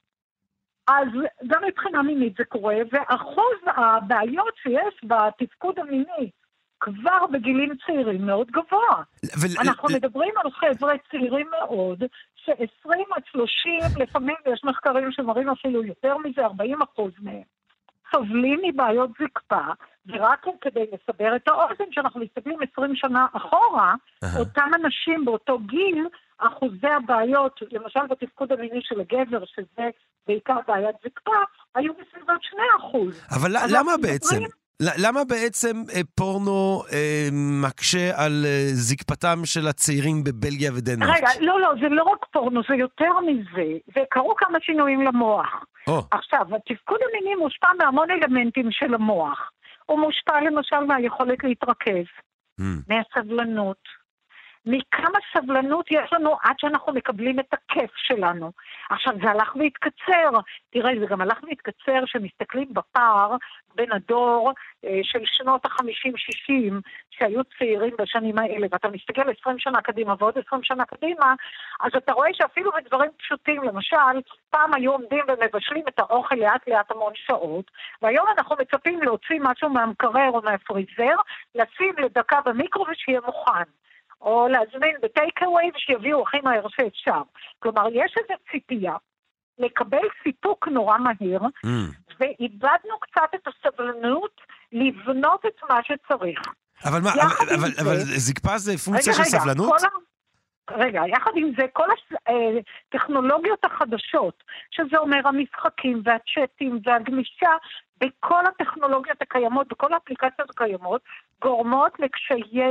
אז גם מבחינה מינית זה קורה, ואחוז הבעיות שיש בתפקוד המיני כבר בגילים צעירים מאוד גבוה. ו- אנחנו ל- מדברים על חבר'ה צעירים מאוד, ש-עשרים עד שלושים, לפעמים יש מחקרים שמראים אפילו יותר מזה, ארבעים אחוז מהם, סובלים מבעיות זקפה, ורק כדי לסבר את האוזן, שאנחנו מסתכלים עשרים שנה אחורה, uh-huh. אותם אנשים באותו גיל, אחוזי הבעיות, למשל בתפקוד המיני של הגבר, שזה בעיקר בעיית זקפה, היו בסביבות שני אחוז. אבל למה בעצם? מדברים... למה בעצם פורנו אה, מקשה על אה, זקפתם של הצעירים בבלגיה ודנמרק? רגע, לא, לא, זה לא רק פורנו, זה יותר מזה. וקרו כמה שינויים למוח. Oh. עכשיו, התפקוד המיני מושפע מהמון אלמנטים של המוח. הוא מושפע למשל מהיכולת להתרכז, mm. מהסבלנות. מכמה סבלנות יש לנו עד שאנחנו מקבלים את הכיף שלנו. עכשיו, זה הלך והתקצר. תראה, זה גם הלך והתקצר שמסתכלים בפער בין הדור אה, של שנות ה-חמישים שישים, שהיו צעירים בשנים האלה, ואתה מסתכל עשרים שנה קדימה ועוד עשרים שנה קדימה, אז אתה רואה שאפילו בדברים פשוטים, למשל, פעם היו עומדים ומבשלים את האוכל לאט לאט המון שעות, והיום אנחנו מצפים להוציא משהו מהמקרר או מהפריזר, לשים לדקה במיקרו ושיהיה מוכן. או להזמין בטייק-אווי ושיביאו הכי מהר שאפשר. כלומר, יש איזו ציפייה לקבל סיפוק נורא מהיר, mm. ואיבדנו קצת את הסבלנות לבנות את מה שצריך. אבל מה, אבל, אבל, אבל זקפה זה פונקציה רגע, של רגע, סבלנות? ה... רגע, יחד עם זה, כל הטכנולוגיות החדשות, שזה אומר המשחקים והצ'אטים והגמישה, בכל הטכנולוגיות הקיימות, בכל האפליקציות הקיימות, גורמות לקשיי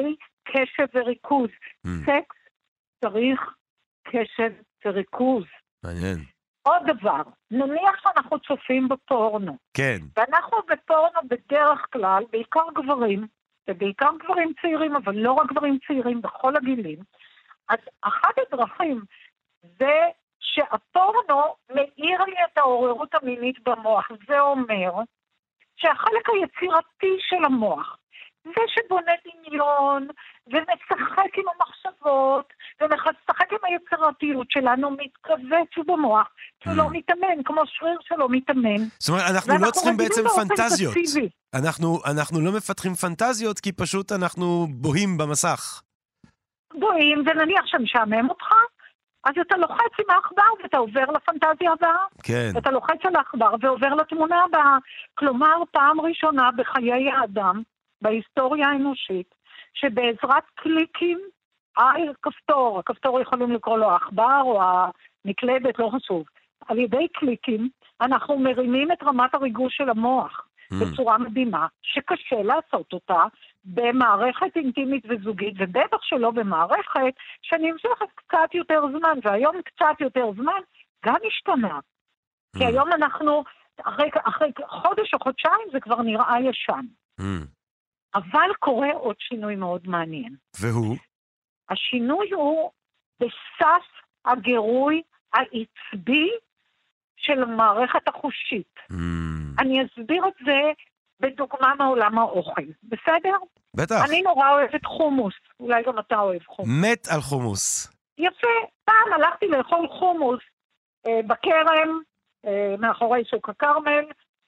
קשב וריכוז. Mm. סקס צריך קשב וריכוז. מעניין. עוד דבר, נניח שאנחנו צופים בפורנו. כן. ואנחנו בפורנו בדרך כלל, בעיקר גברים, ובעיקר גברים צעירים, אבל לא רק גברים צעירים, בכל הגילים. אז אחת הדרכים זה שהפורנו מאיר לי את העוררות המינית במוח. זה אומר שהחלק היצירתי של המוח, זה שבונה דמיון ומשחק עם המחשבות ומשחק עם היצירתיות שלנו, מתכווץ במוח, שהוא לא מתאמן, כמו שריר שלו מתאמן. זאת אומרת, אנחנו לא צריכים בעצם פנטזיות. אנחנו, אנחנו לא מפתחים פנטזיות, כי פשוט אנחנו בוהים במסך. בוהים, ונניח שמשעמם אותך, אז אתה לוחץ עם העכבר ואתה עובר לפנטזיה הבאה. כן. אתה לוחץ על העכבר ועובר לתמונה הבאה. כלומר, פעם ראשונה בחיי האדם, בהיסטוריה האנושית, שבעזרת קליקים על כפתור, הכפתור יכולים לקרוא לו העכבר או המקלדת, לא חשוב, על ידי קליקים אנחנו מרימים את רמת הריגוש של המוח mm. בצורה מדהימה, שקשה לעשות אותה במערכת אינטימית וזוגית, ובטח שלא במערכת שנמשכת קצת יותר זמן, והיום קצת יותר זמן גם השתנה. Mm. כי היום אנחנו, אחרי, אחרי חודש או חודשיים זה כבר נראה ישן. Mm. אבל קורה עוד שינוי מאוד מעניין. והוא? השינוי הוא בסף הגירוי העצבי של המערכת החושית. Mm. אני אסביר את זה בדוגמה מעולם האוכל. בסדר? בטח. אני נורא אוהבת חומוס. אולי גם אתה אוהב חומוס. מת על חומוס. יפה. פעם הלכתי לאכול חומוס אה, בכרם, אה, מאחורי שוק הכרמל,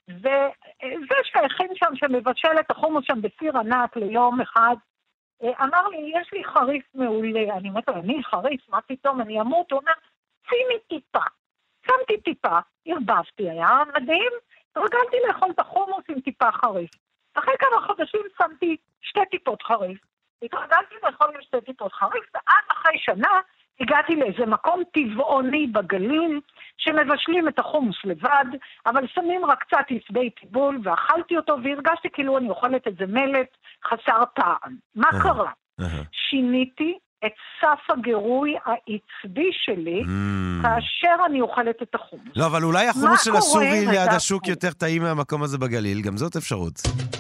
וזה שהכין שם שמבשל את החומוס שם בסיר ענק ליום אחד, אמר לי, יש לי חריף מעולה. אני אומרת לו, אני חריף, מה פתאום, אני אמות? הוא אומר, שימי טיפה. שמתי טיפה, הרבבתי, היה מדהים, רגלתי לאכול את החומוס עם טיפה חריף. אחרי כמה חודשים שמתי שתי טיפות חריף. התרגלתי לאכול עם שתי טיפות חריף, ועד אחרי שנה הגעתי לאיזה מקום טבעוני בגליל, שמבשלים את החומוס לבד, אבל שמים רק קצת עשבי טיבול, ואכלתי אותו, והרגשתי כאילו אני אוכלת את זה מלט חסר טעם. מה קרה? שיניתי את סף הגירוי העצבי שלי, כאשר אני אוכלת את החומוס. לא, אבל אולי החומוס של הסורי ליד השוק יותר טעים מהמקום הזה בגליל, גם זאת אפשרות.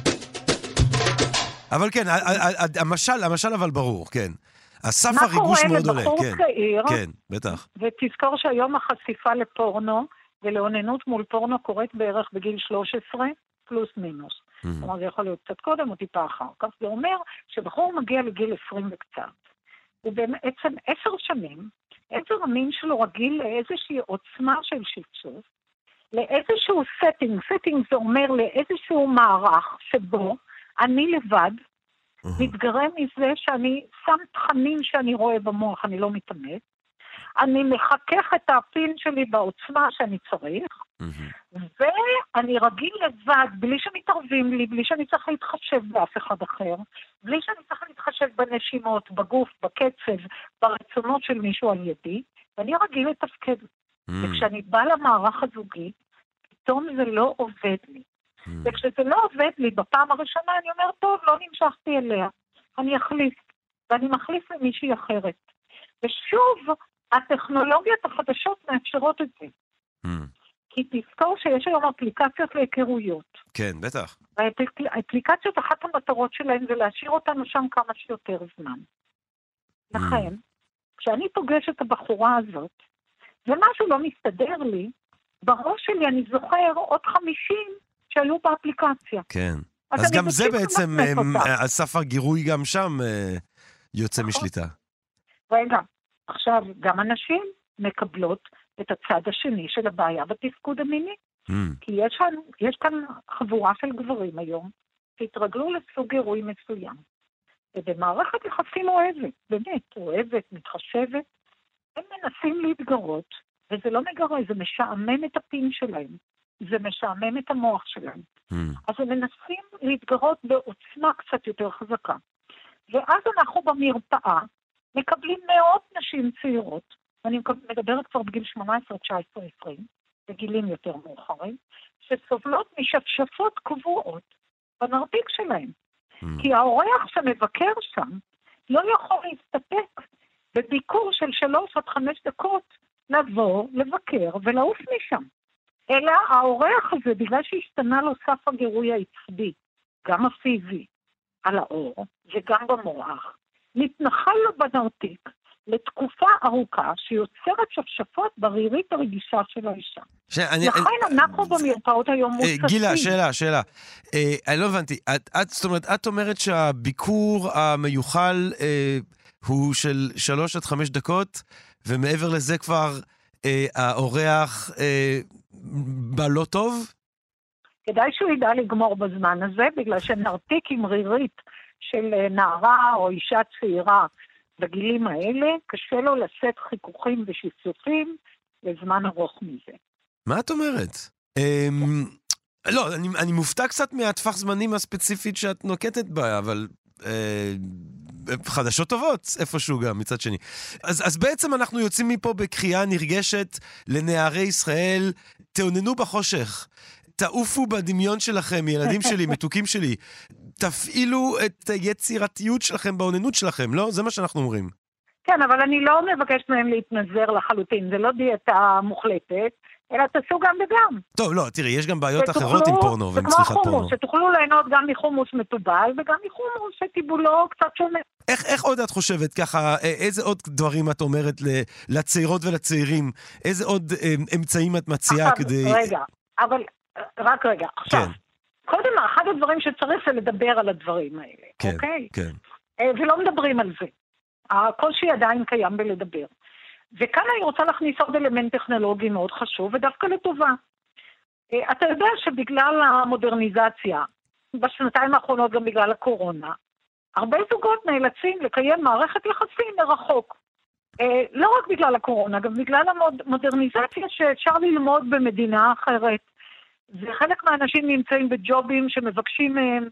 אבל כן, המשל, המשל אבל ברור, כן. הסף הריגוש מאוד עולה, כן, צעיר, כן, בטח. ותזכור שהיום החשיפה לפורנו ולאוננות מול פורנו קורית בערך בגיל שלוש עשרה, פלוס מינוס. זאת אומרת, זה יכול להיות קצת קודם או טיפה אחר כך. זה אומר שבחור מגיע לגיל עשרים וקצת. ובעצם עשר שנים, עשר המין שלו רגיל לאיזושהי עוצמה של שפשוף, לאיזשהו setting, setting זה אומר לאיזשהו מערך שבו אני לבד, מתגרם מזה שאני שם תכנים שאני רואה במוח, אני לא מתאמץ, אני מחכך את הפין שלי בעוצמה שאני צריך, ואני רגיל לבד, בלי שמתערבים לי, בלי שאני צריך להתחשב באף אחד אחר, בלי שאני צריך להתחשב בנשימות, בגוף, בקצב, ברצונות של מישהו על ידי, ואני רגיל לתפקד. וכשאני באה למערך הזוגי, פתאום זה לא עובד לי. וכשזה לא עובד לי בפעם הראשונה, אני אומר, טוב, לא נמשכתי אליה. אני אחליף, ואני מחליף למישהי אחרת. ושוב, הטכנולוגיות החדשות מאפשרות את זה. כי תזכור שיש היום אפליקציות להיכרויות. כן, בטח. האפליקציות, אחת המטרות שלהן זה להשאיר אותנו שם כמה שיותר זמן. לכן, כשאני פוגש את הבחורה הזאת, ומשהו לא מסתדר לי, בראש שלי אני זוכר עוד חמישים שהיו באפליקציה. כן. אז, אז גם זה בעצם, הסף הגירוי גם שם יוצא משליטה. רגע, עכשיו גם אנשים מקבלות את הצד השני של הבעיה בתפקוד המיני. Mm. כי יש כאן, יש כאן חבורה של גברים היום, שהתרגלו לסוג גירוי מסוים. ובמערכת יחסים אוהבת, באמת, אוהבת, מתחשבת, הם מנסים להתגרות, וזה לא מגרה, זה משעמם את הפין שלהם. זה משעמם את המוח שלהם. Mm. אז הם מנסים להתגרות בעוצמה קצת יותר חזקה. ואז אנחנו במרפאה מקבלים מאות נשים צעירות, ואני מדברת כבר בגיל שמונה עשרה, תשע עשרה, עשרים, בגילים יותר מאוחרים, שסובלות משפשפות קבועות בנרתיק שלהם. Mm. כי האורח שמבקר שם, לא יכול להסתפק בביקור של שלוש עד חמש דקות, לבוא, לבקר ולעוף משם. אלא האורח הזה, בגלל שהשתנה לו סף הגירוי העצבי, גם הפיזי, על האור וגם במוח, מתנחל לו בנרתיק לתקופה ארוכה שיוצרת שפשפות ברירית הרגישה של האישה. ש... אני, לכן אני... אנחנו במרפאות היום מוצאים. גילה, שאלה, שאלה. אה, אני לא הבנתי. את, את, זאת אומרת, את אומרת שהביקור המיוחל אה, הוא של שלוש עד חמש דקות, ומעבר לזה כבר אה, האורח אה, בא לא טוב? כדאי שהוא ידע לגמור בזמן הזה, בגלל שנרתיק עם רירית של נערה או אישה צעירה בגילים האלה, קשה לו לשאת חיכוכים ושיסופים לזמן ארוך מזה. מה את אומרת? אמ, לא, אני, אני מופתע קצת מהטווח זמנים הספציפית שאת נוקטת בה, אבל אה, חדשות טובות איפשהו גם מצד שני. אז, אז בעצם אנחנו יוצאים מפה בקריאה נרגשת לנערי ישראל, תאוננו בחושך. תעופו בדמיון שלכם, ילדים שלי, מתוקים שלי. תפעילו את היצירתיות שלכם בעוננות שלכם, לא? זה מה שאנחנו אומרים. כן, אבל אני לא מבקשת מהם להתנזר לחלוטין. זה לא דיאטה מוחלטת, אלא תעשו גם וגם. טוב, לא, תראי, יש גם בעיות אחרות עם פורנו ועם צריכת פורנו. שתוכלו ליהנות גם מחומוס מטובל וגם מחומוס שטיבולו קצת שונה. איך, איך עוד את חושבת ככה, איזה עוד דברים את אומרת לצעירות ולצעירים? איזה עוד אמצעים את מציעה כדי... רגע, אבל... רק רגע, עכשיו, כן. קודם, אחד הדברים שצריך זה לדבר על הדברים האלה, כן, אוקיי? כן. ולא מדברים על זה. הקושי עדיין קיים בלדבר. וכאן אני רוצה להכניס עוד אלמנט טכנולוגי מאוד חשוב, ודווקא לטובה. אתה יודע שבגלל המודרניזציה, בשנתיים האחרונות גם בגלל הקורונה, הרבה זוגות נאלצים לקיים מערכת יחסים מרחוק. לא רק בגלל הקורונה, גם בגלל המודרניזציה שאפשר ללמוד במדינה אחרת. וחלק מהאנשים נמצאים בג'ובים שמבקשים מהם...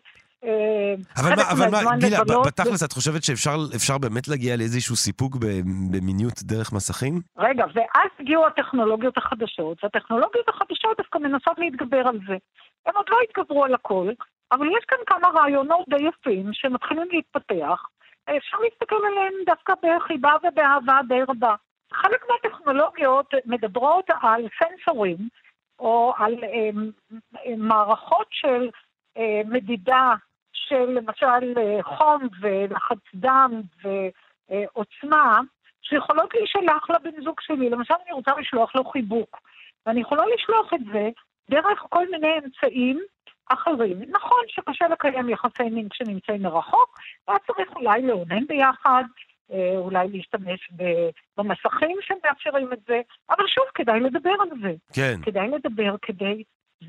אבל מה, אבל מה, גילה, בתכלס את חושבת שאפשר באמת להגיע לאיזשהו סיפוק במיניות דרך מסכים? רגע, ואז הגיעו הטכנולוגיות החדשות, והטכנולוגיות החדשות דווקא מנסות להתגבר על זה. הם עוד לא התגברו על הכל, אבל יש כאן כמה רעיונות די יפים שמתחילים להתפתח, אפשר להסתכל עליהם דווקא בחיבה ובאהבה די רבה. חלק מהטכנולוגיות מדברות על סנסורים, או על אה, מערכות של אה, מדידה של למשל אה, חום ולחץ דם ועוצמה, שיכולות להישלח לבן זוג שלי. למשל אני רוצה לשלוח לו חיבוק, ואני יכולה לשלוח את זה דרך כל מיני אמצעים אחרים. נכון שקשה לקיים יחסי מין כשנמצאים מרחוק, ואז צריך אולי לעונן ביחד, אולי להשתמש במסכים שמאפשרים את זה, אבל שוב, כדאי לדבר על זה. כן. כדאי לדבר כדי,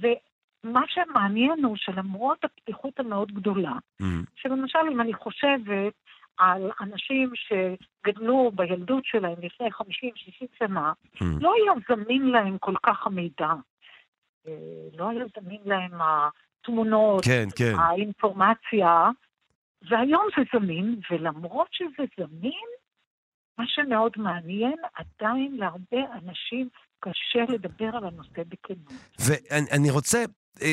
ומה שמעניין הוא שלמרות הפתיחות המאוד גדולה, mm-hmm. שלמשל אם אני חושבת על אנשים שגדלו בילדות שלהם לפני חמישים שישים שנה, mm-hmm. לא היה זמין להם כל כך המידע. לא היה זמין להם התמונות, כן, כן. האינפורמציה, והיום זה זמין, ולמרות שזה זמין, מה שמאוד מעניין, עדיין להרבה אנשים קשה לדבר על הנושא בכנות. ואני רוצה,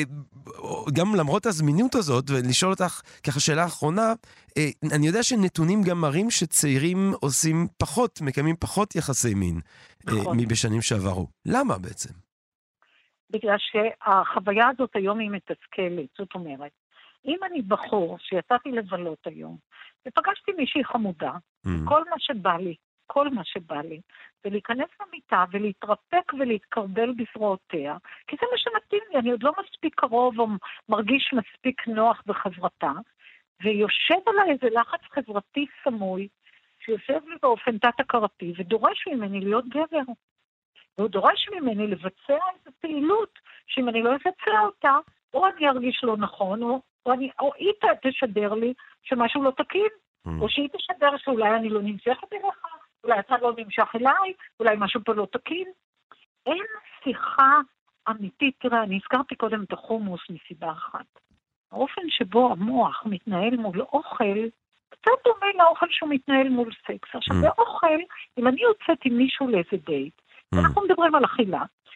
גם למרות הזמינות הזאת, ולשאול אותך ככה שאלה אחרונה, אני יודע שנתונים גם מראים שצעירים עושים פחות, מקיימים פחות יחסי מין, נכון. מבשנים שעברו. למה בעצם? בגלל שהחוויה הזאת היום היא מתסכלת, זאת אומרת, אם אני בחור שיצאתי לבלות היום, ופגשתי מישהי חמודה, mm. כל מה שבא לי, כל מה שבא לי, ולהיכנס למיטה ולהתרפק ולהתקרבל בזרועותיה, כי זה מה שמתאים לי, אני עוד לא מספיק קרוב או מרגיש מספיק נוח בחברתה, ויושב עליי איזה לחץ חברתי סמוי, שיושב לי באופן תת-הכרתי, ודורש ממני להיות גבר. והוא דורש ממני לבצע איזו פעילות, שאם אני לא אבצע אותה, או אני ארגיש לא נכון, או, או, אני, או היא תשדר לי שמשהו לא תקין, mm. או שהיא תשדר שאולי אני לא נמשכת אליך, אולי אתה לא נמשך אליי, אולי משהו פה לא תקין. אין שיחה אמיתית. תראה, אני הזכרתי קודם את החומוס מסיבה אחת. האופן שבו המוח מתנהל מול אוכל, קצת דומה לאוכל שהוא מתנהל מול סקס. עכשיו, mm. באוכל, אם אני יוצאת עם מישהו לאיזה דייט, mm. אנחנו מדברים על אכילה,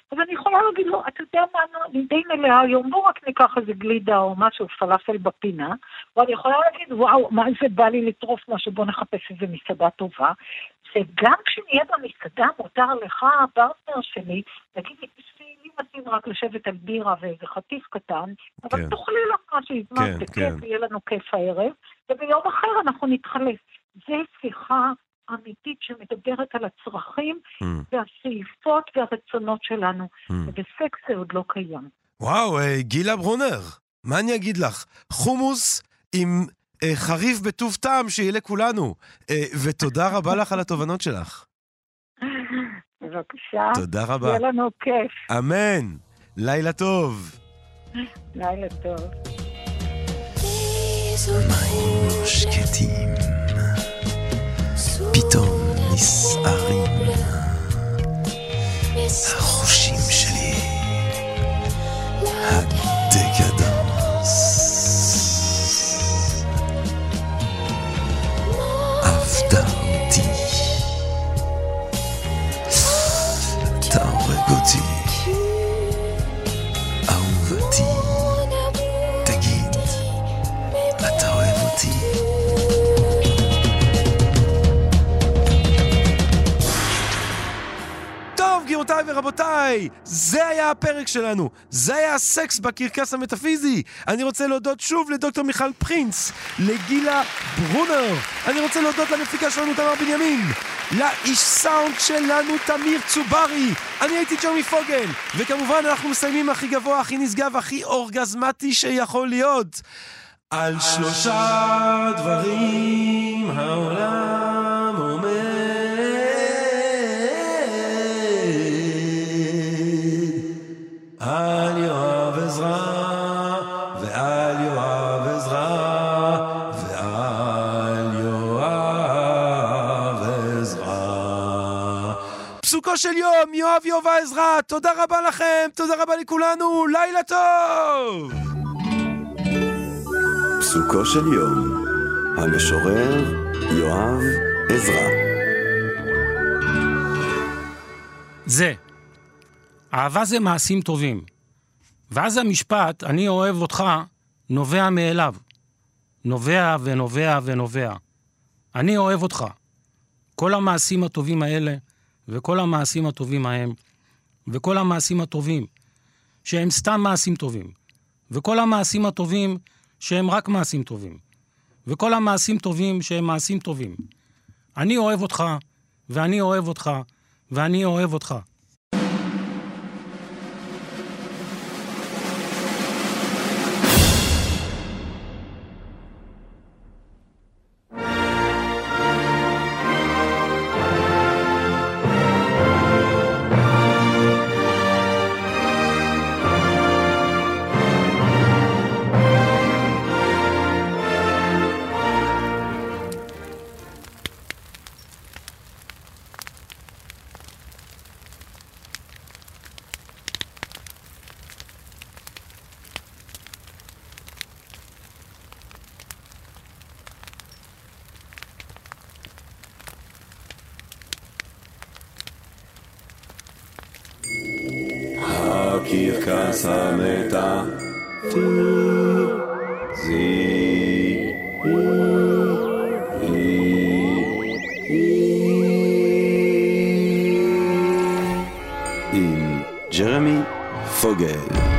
אז אני יכולה להגיד לו, אתה יודע מה, אני די מלאה היום, בוא רק ניקח איזה גלידה או משהו, פלאפל בפינה, ואני יכולה להגיד, וואו, מה זה בא לי לטרוף משהו, בוא נחפש איזה מסעדה טובה, וגם כשנהיה במסעדה, מותר לך, הפרטנר שלי, להגיד לי, לי מתאים רק לשבת על בירה ואיזה חטיף קטן, אבל כן. תאכלי לך משהו, יזמן, כן, בכיף, כן. יהיה לנו כיף הערב, וביום אחר אנחנו נתחלף. זה שיחה אמיתית שמדברת על הצרכים Mm. והשאיפות והרצונות שלנו, Mm. ובסקס זה עוד לא קיים. וואו, אה, גילה ברונר, מה אני אגיד לך? חומוס עם אה, חריף בטוב טעם שיהיה לכולנו, אה, ותודה רבה לך על התובנות שלך. בבקשה. תודה רבה. יהיה לנו כיף. אמן. לילה טוב. לילה טוב. מים שקטים פתאום נסערים החושים שלי הדקדנס עבדה אותי אתה הורג אותי אהובתי תגיד אתה אוהב אותי טוב, גבירותיי ורבותיי, זה היה הפרק שלנו. זה היה הסקס בקרקס המטאפיזי. אני רוצה להודות שוב לדוקטור מיכל פרינץ, לגילה ברונר. אני רוצה להודות למפיקה שלנו תמר בנימין, לאיש סאונד שלנו תמיר צוברי. אני הייתי ג'רמי פוגל, וכמובן אנחנו מסיימים הכי גבוה, הכי נשגב, הכי אורגזמטי שיכול להיות. על שלושה דברים העולם עומד, על יואב עזרא ועל יואב עזרא ועל יואב עזרא. פסוקו של יום, יואב יואב עזרא. תודה רבה לכם, תודה רבה לכולנו, לילה טוב. פסוקו של יום, המשורר יואב עזרא. זה, אהבה זה מעשים טובים. ואז המשפט, אני אוהב אותך, נובע מאליו. נובע ונובע ונובע. אני אוהב אותך. כל המעשים הטובים האלה, וכל המעשים הטובים ההם, וכל המעשים הטובים, שהם סתם מעשים טובים, וכל המעשים הטובים, שהם רק מעשים טובים, וכל המעשים טובים, שהם מעשים טובים. אני אוהב אותך, ואני אוהב אותך, ואני אוהב אותך. הקרקס המטאפיזי עם ג'רמי פוגל.